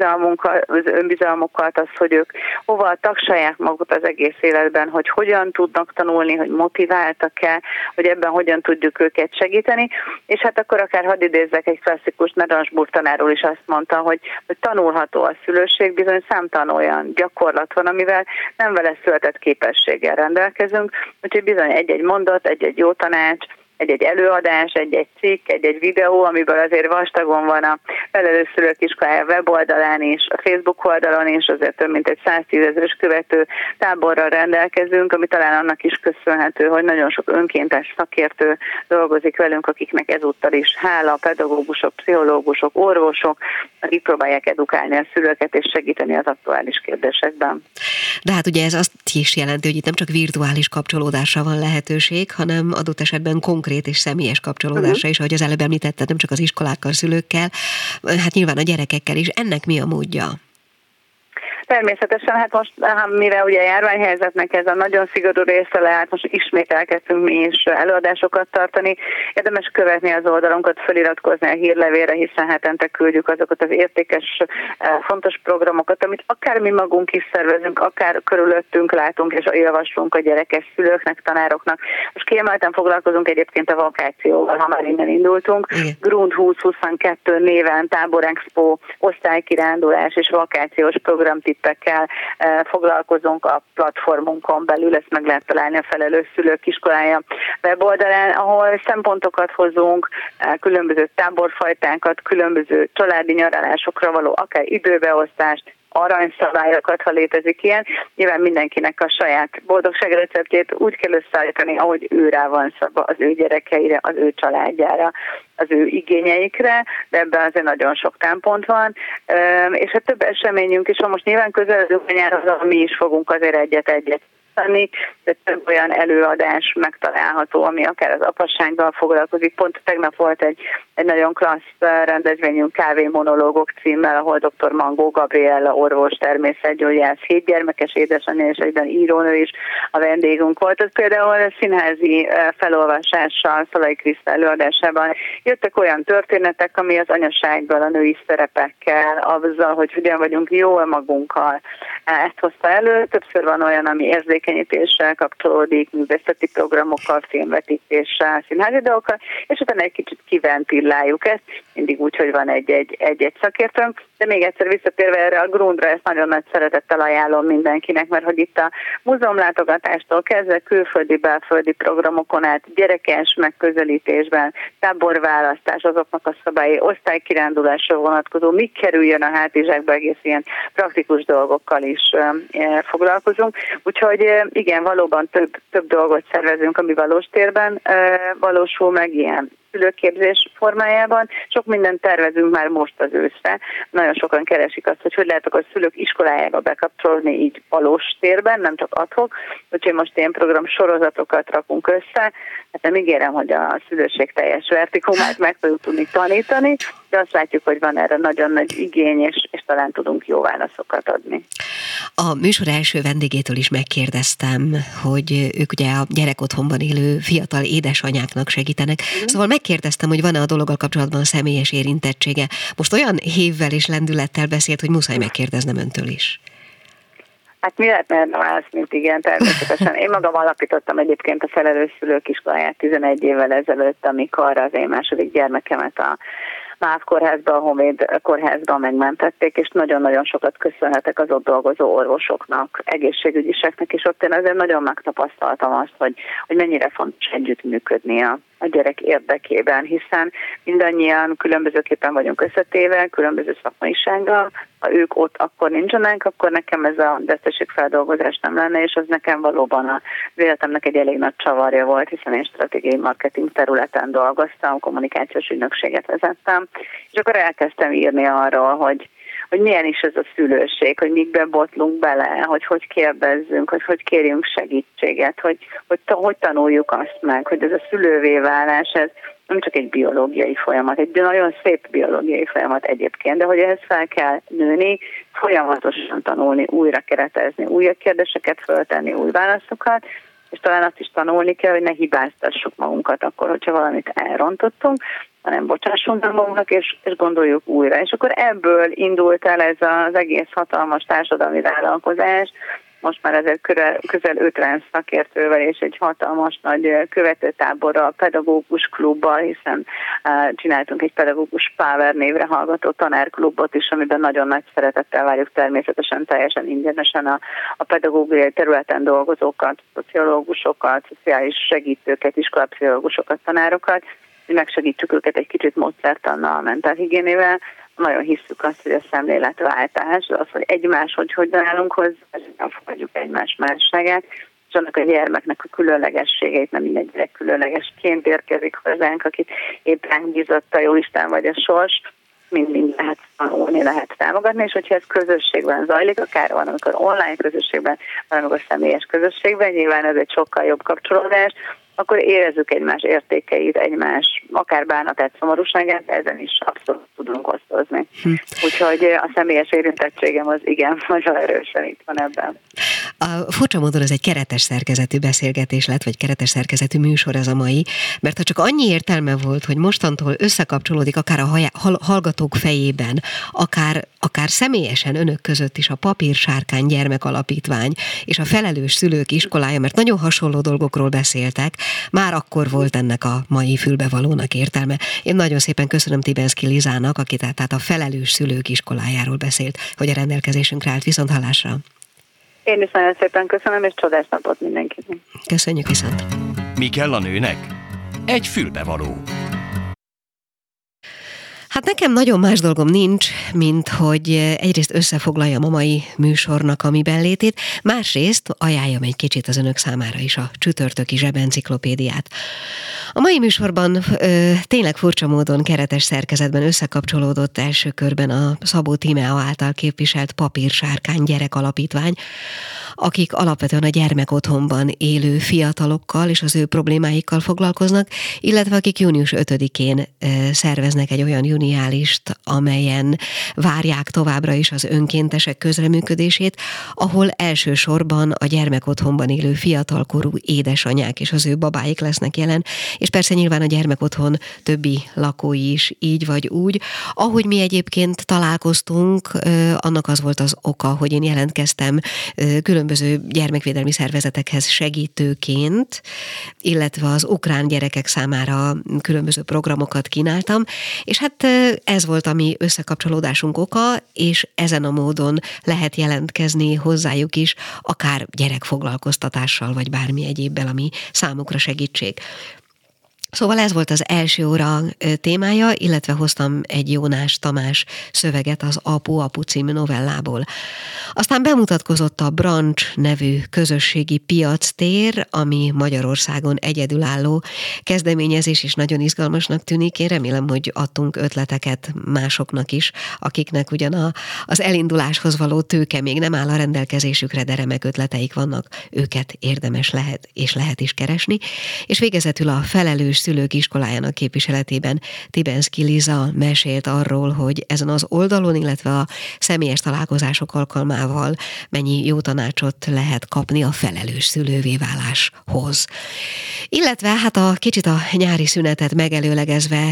önbizalmukat, az, hogy ők hova tagsalják magukat az egész életben, hogy hogyan tudnak tanulni, hogy motiváltak-e, hogy ebben hogyan tudjuk őket segíteni. És hát akkor akár hadd idézzek egy klasszikus, Neransburg tanárról is azt mondta, hogy tanulható a szülőség, bizony számtalan olyan gyakorlat van, amivel nem vele született képességgel rendelkezünk, úgyhogy bizony egy-egy mondat, egy-egy jó tanács, egy-egy előadás, egy-egy cikk, egy-egy videó, amiből azért vastagon van a Felelős Szülők Iskolája weboldalán is, a Facebook oldalon is, azért több mint egy 110 000 követő táborral rendelkezünk, ami talán annak is köszönhető, hogy nagyon sok önkéntes szakértő dolgozik velünk, akiknek ezúttal is hála, pedagógusok, pszichológusok, orvosok, akik próbálják edukálni a szülőket és segíteni az aktuális kérdésekben. De hát ugye ez azt is jelenti, hogy itt nem csak virtuális kapcsolódásra van lehetőség, hanem adott esetben konkrét és személyes kapcsolódásra is, ahogy az előbb említetted, nem csak az iskolákkal, szülőkkel, hát nyilván a gyerekekkel is. Ennek mi a módja? Természetesen, hát most, mire ugye járványhelyzetnek ez a nagyon szigorú része lehet, most ismét elkezdtünk mi is előadásokat tartani. Érdemes követni az oldalunkat, feliratkozni a hírlevélre, hiszen hetente küldjük azokat az értékes, fontos programokat, amit akár mi magunk is szervezünk, akár körülöttünk látunk és javaslunk a gyerekes szülőknek, tanároknak. Most kiemelten foglalkozunk egyébként a vakációval, ha már innen indultunk. Grund 2022 néven Táborexpo, osztálykirándulás és vakációs programtippekkel foglalkozunk a platformunkon belül, ezt meg lehet találni a Felelős Szülők Iskolája weboldalán, ahol szempontokat hozunk, különböző táborfajtákat, különböző családi nyaralásokra való akár időbeosztást, aranyszabályokat, ha létezik ilyen. Nyilván mindenkinek a saját boldogságreceptjét úgy kell összeállítani, ahogy ő rá van szabva az ő gyerekeire, az ő családjára, az ő igényeikre, de ebben azért nagyon sok támpont van. És hát több eseményünk is van, most nyilván közeledünk a nyárhoz, mi is fogunk azért egyet tenni, de több olyan előadás megtalálható, ami akár az apassággal foglalkozik. Pont tegnap volt egy nagyon klassz rendezvényünk, Kávémonológok címmel, ahol dr. Mangó Gabriella orvos, természetgyógyász, 7 gyermekes édesanyja és egyben írónő is a vendégünk volt. Ez például a színházi felolvasással, Szalai Kriszta előadásában jöttek olyan történetek, ami az anyasággal, a női szerepekkel, azzal, hogy hogyan vagyunk jól magunkkal. Ezt hozta elő. Többször van olyan, ami érzékenyítéssel kapcsolódik, művészeti programokkal, filmvetítéssel, színházi dolgokkal, és utána egy kicsit kiventiláljuk ezt, mindig úgy, hogy van egy szakértőnk, de még egyszer visszatérve erre a Grundra, ezt nagyon nagy szeretettel ajánlom mindenkinek, mert hogy itt a múzeumlátogatástól kezdve külföldi, belföldi programokon át, gyerekes megközelítésben, táborválasztás, azoknak a szabályi, osztálykirándulásra vonatkozó, mi kerüljön a hátizsákba, egész ilyen praktikus dolgokkal is foglalkozunk. Úgyhogy igen, valóban több dolgot szervezünk, ami valós térben valósul meg, ilyen szülőképzés formájában. Sok mindent tervezünk már most az őszre. Nagyon sokan keresik azt, hogy lehet akkor a szülők iskolájába bekapcsolni így valós térben, nem csak ad-hoc. Úgyhogy most ilyen program sorozatokat rakunk össze. Hát nem ígérem, hogy a szülőség teljes vertikumát meg tudjuk tudni tanítani, de azt látjuk, hogy van erre nagyon nagy igény, és talán tudunk jó válaszokat adni. A műsor első vendégétől is megkérdeztem, hogy ők ugye a gyerekotthonban élő fiatal édesanyáknak segítenek. Szóval megkérdeztem, hogy van-e a dologgal kapcsolatban személyes érintettsége. Most olyan hévvel és lendülettel beszélt, hogy muszáj megkérdeznem öntől is. Hát mi lehetne a válasz, mint igen, természetesen. Én magam alapítottam egyébként a Felelős Szülők Iskoláját 11 évvel ezelőtt, amikor az én második gyermekemet a MÁV kórházban, a Honvéd kórházban megmentették, és nagyon-nagyon sokat köszönhetek az ott dolgozó orvosoknak, egészségügyiseknek, és ott én azért nagyon megtapasztaltam azt, hogy mennyire fontos együttműködni a gyerek érdekében, hiszen mindannyian különbözőképpen vagyunk összetéve, különböző szakmaisággal, ha ők ott akkor nincsenek, akkor nekem ez a veszteségfeldolgozás nem lenne, és az nekem valóban az életemnek egy elég nagy csavarja volt, hiszen én stratégiai marketing területen dolgoztam, kommunikációs ügynökséget vezettem, és akkor elkezdtem írni arról, hogy milyen is ez a szülőség, hogy mikbe botlunk bele, hogy kérdezzünk, hogy kérjünk segítséget, hogy tanuljuk azt meg, hogy ez a szülővé válás, ez nem csak egy biológiai folyamat, egy nagyon szép biológiai folyamat egyébként, de hogy ehhez fel kell nőni, folyamatosan tanulni, újra keretezni, új kérdéseket föltenni, új válaszokat, és talán azt is tanulni kell, hogy ne hibáztassuk magunkat akkor, hogyha valamit elrontottunk, hanem bocsássunk meg magunknak, és gondoljuk újra. És akkor ebből indult el ez az egész hatalmas társadalmi vállalkozás, most már ezért közel 50 szakértővel és egy hatalmas nagy követőtáborral, pedagógus klubbal, hiszen csináltunk egy pedagógus Power névre hallgató tanárklubot is, amiben nagyon nagy szeretettel várjuk természetesen teljesen ingyenesen a pedagógiai területen dolgozókat, szociológusokat, szociális segítőket, iskolapszichológusokat, tanárokat, hogy megsegítsük őket egy kicsit módszertannal, mentálhigiénével. Nagyon hisszük azt, hogy a szemléletváltás, az, hogy egymáshoz hogyan állunk hozzá, nem fogadjuk egymás másságát, és annak a gyermeknek a különlegességeit, nem minden gyerek különlegesként érkezik hozzánk, akit épp ránk bízott a Jóisten vagy a sors, mind lehet tanulni, lehet támogatni, és hogyha ez közösségben zajlik, akár van, amikor online közösségben, van, amikor személyes közösségben, nyilván ez egy sokkal jobb kapcsolódás, akkor érezzük egymás értékeit, egymás akár bánatát, szomorúságát, ezen is abszolút tudunk osztozni. Úgyhogy a személyes érintettségem az igen, nagyon erősen itt van ebben. A furcsa módon ez egy keretes szerkezetű beszélgetés lett, vagy keretes szerkezetű műsor ez a mai, mert ha csak annyi értelme volt, hogy mostantól összekapcsolódik akár a hallgatók fejében, akár személyesen önök között is a Papírsárkány Gyermekalapítvány és a Felelős Szülők Iskolája, mert nagyon hasonló dolgokról beszéltek, már akkor volt ennek a mai fülbevalónak értelme. Én nagyon szépen köszönöm Tibenszky Lizának, aki tehát a Felelős Szülők Iskolájáról beszélt, hogy a rendelkezésünkre állt. Viszonthallásra! Én is nagyon szépen köszönöm, és csodás napot mindenkinek. Köszönjük, viszont! Mi kell a nőnek? Egy fülbevaló. Hát nekem nagyon más dolgom nincs, mint hogy egyrészt összefoglaljam a mai műsornak a miben létét, másrészt ajánljam egy kicsit az önök számára is a csütörtöki zsebenciklopédiát. A mai műsorban tényleg furcsa módon keretes szerkezetben összekapcsolódott első körben a Szabó Tímea által képviselt Papírsárkány Gyerekalapítvány, akik alapvetően a gyermekotthonban élő fiatalokkal és az ő problémáikkal foglalkoznak, illetve akik június 5-én szerveznek egy olyan juniálist, amelyen várják továbbra is az önkéntesek közreműködését, ahol elsősorban a gyermekotthonban élő fiatalkorú édesanyák és az ő babáik lesznek jelen, és persze nyilván a gyermekotthon többi lakói is így vagy úgy. Ahogy mi egyébként találkoztunk, annak az volt az oka, hogy én jelentkeztem különböző gyermekvédelmi szervezetekhez segítőként, illetve az ukrán gyerekek számára különböző programokat kínáltam, és hát ez volt a mi összekapcsolódásunk oka, és ezen a módon lehet jelentkezni hozzájuk is, akár gyerekfoglalkoztatással, vagy bármi egyébbel, ami számukra segítség. Szóval ez volt az első óra témája, illetve hoztam egy Jónás Tamás szöveget az Apu című novellából. Aztán bemutatkozott a Brancs nevű közösségi piactér, ami Magyarországon egyedülálló kezdeményezés, és nagyon izgalmasnak tűnik. Én remélem, hogy adtunk ötleteket másoknak is, akiknek ugyan az elinduláshoz való tőke még nem áll a rendelkezésükre, de remek ötleteik vannak, őket érdemes lehet is keresni. És végezetül a Felelős Szülők Iskolájának képviseletében Tibenszky Liza mesélt arról, hogy ezen az oldalon, illetve a személyes találkozások alkalmával mennyi jó tanácsot lehet kapni a felelős szülővé váláshoz. Illetve hát kicsit a nyári szünetet megelőlegezve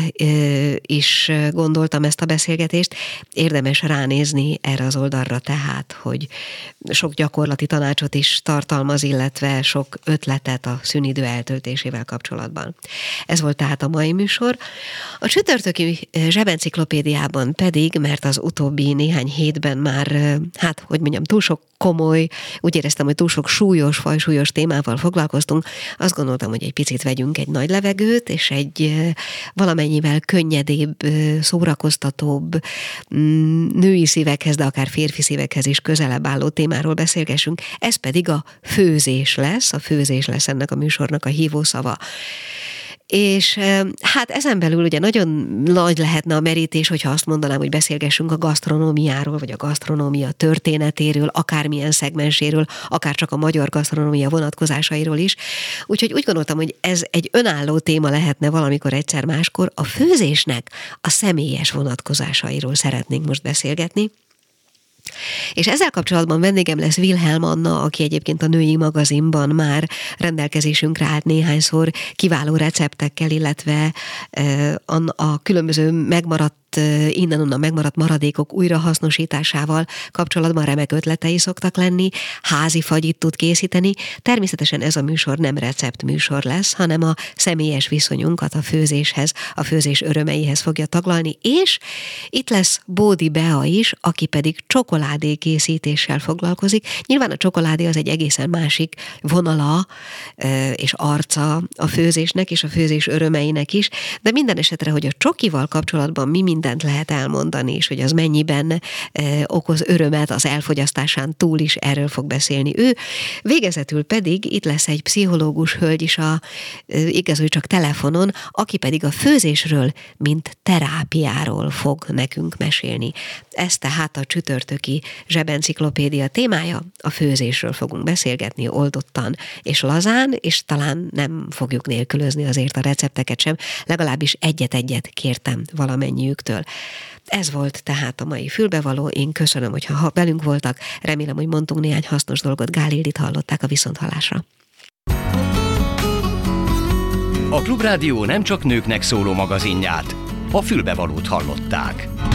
is gondoltam ezt a beszélgetést. Érdemes ránézni erre az oldalra tehát, hogy sok gyakorlati tanácsot is tartalmaz, illetve sok ötletet a szünidő eltöltésével kapcsolatban. Ez volt tehát a mai műsor. A csütörtöki zsebenciklopédiában pedig, mert az utóbbi néhány hétben már, túl sok komoly, úgy éreztem, hogy túl sok súlyos témával foglalkoztunk, azt gondoltam, hogy egy picit vegyünk egy nagy levegőt, és egy valamennyivel könnyedébb, szórakoztatóbb, női szívekhez, de akár férfi szívekhez is közelebb álló témáról beszélgessünk. Ez pedig a főzés lesz ennek a műsornak a hívószava. És hát ezen belül ugye nagyon nagy lehetne a merítés, hogyha azt mondanám, hogy beszélgessünk a gasztronómiáról, vagy a gasztronómia történetéről, akármilyen szegmenséről, akár csak a magyar gasztronómia vonatkozásairól is. Úgyhogy úgy gondoltam, hogy ez egy önálló téma lehetne valamikor egyszer máskor. A főzésnek a személyes vonatkozásairól szeretnénk most beszélgetni. És ezzel kapcsolatban vendégem lesz Wilhelm Anna, aki egyébként a Női Magazinban már rendelkezésünkre állt néhányszor kiváló receptekkel, illetve a különböző megmaradt innen-onnan megmaradt maradékok újrahasznosításával kapcsolatban remek ötletei szoktak lenni, házi fagyit tud készíteni. Természetesen ez a műsor nem receptműsor lesz, hanem a személyes viszonyunkat a főzéshez, a főzés örömeihez fogja taglalni, és itt lesz Bódi Bea is, aki pedig csokoládé készítéssel foglalkozik. Nyilván a csokoládé az egy egészen másik vonala és arca a főzésnek és a főzés örömeinek is, de minden esetre, hogy a csokival kapcsolatban mi mindent lehet elmondani, és hogy az mennyiben okoz örömet az elfogyasztásán túl is, erről fog beszélni ő. Végezetül pedig itt lesz egy pszichológus hölgy is, igaz, hogy csak telefonon, aki pedig a főzésről, mint terápiáról fog nekünk mesélni. Ez tehát a csütörtöki zsebenciklopédia témája, a főzésről fogunk beszélgetni oldottan és lazán, és talán nem fogjuk nélkülözni azért a recepteket sem, legalábbis egyet-egyet kértem valamennyiüktől. Ez volt tehát a mai fülbevaló. Én köszönöm, hogyha velünk voltak. Remélem, hogy mondtunk néhány hasznos dolgot. Gál Ildit hallották, a viszonthallásra. A Klubrádió nem csak nőknek szóló magazinját, a fülbevalót hallották.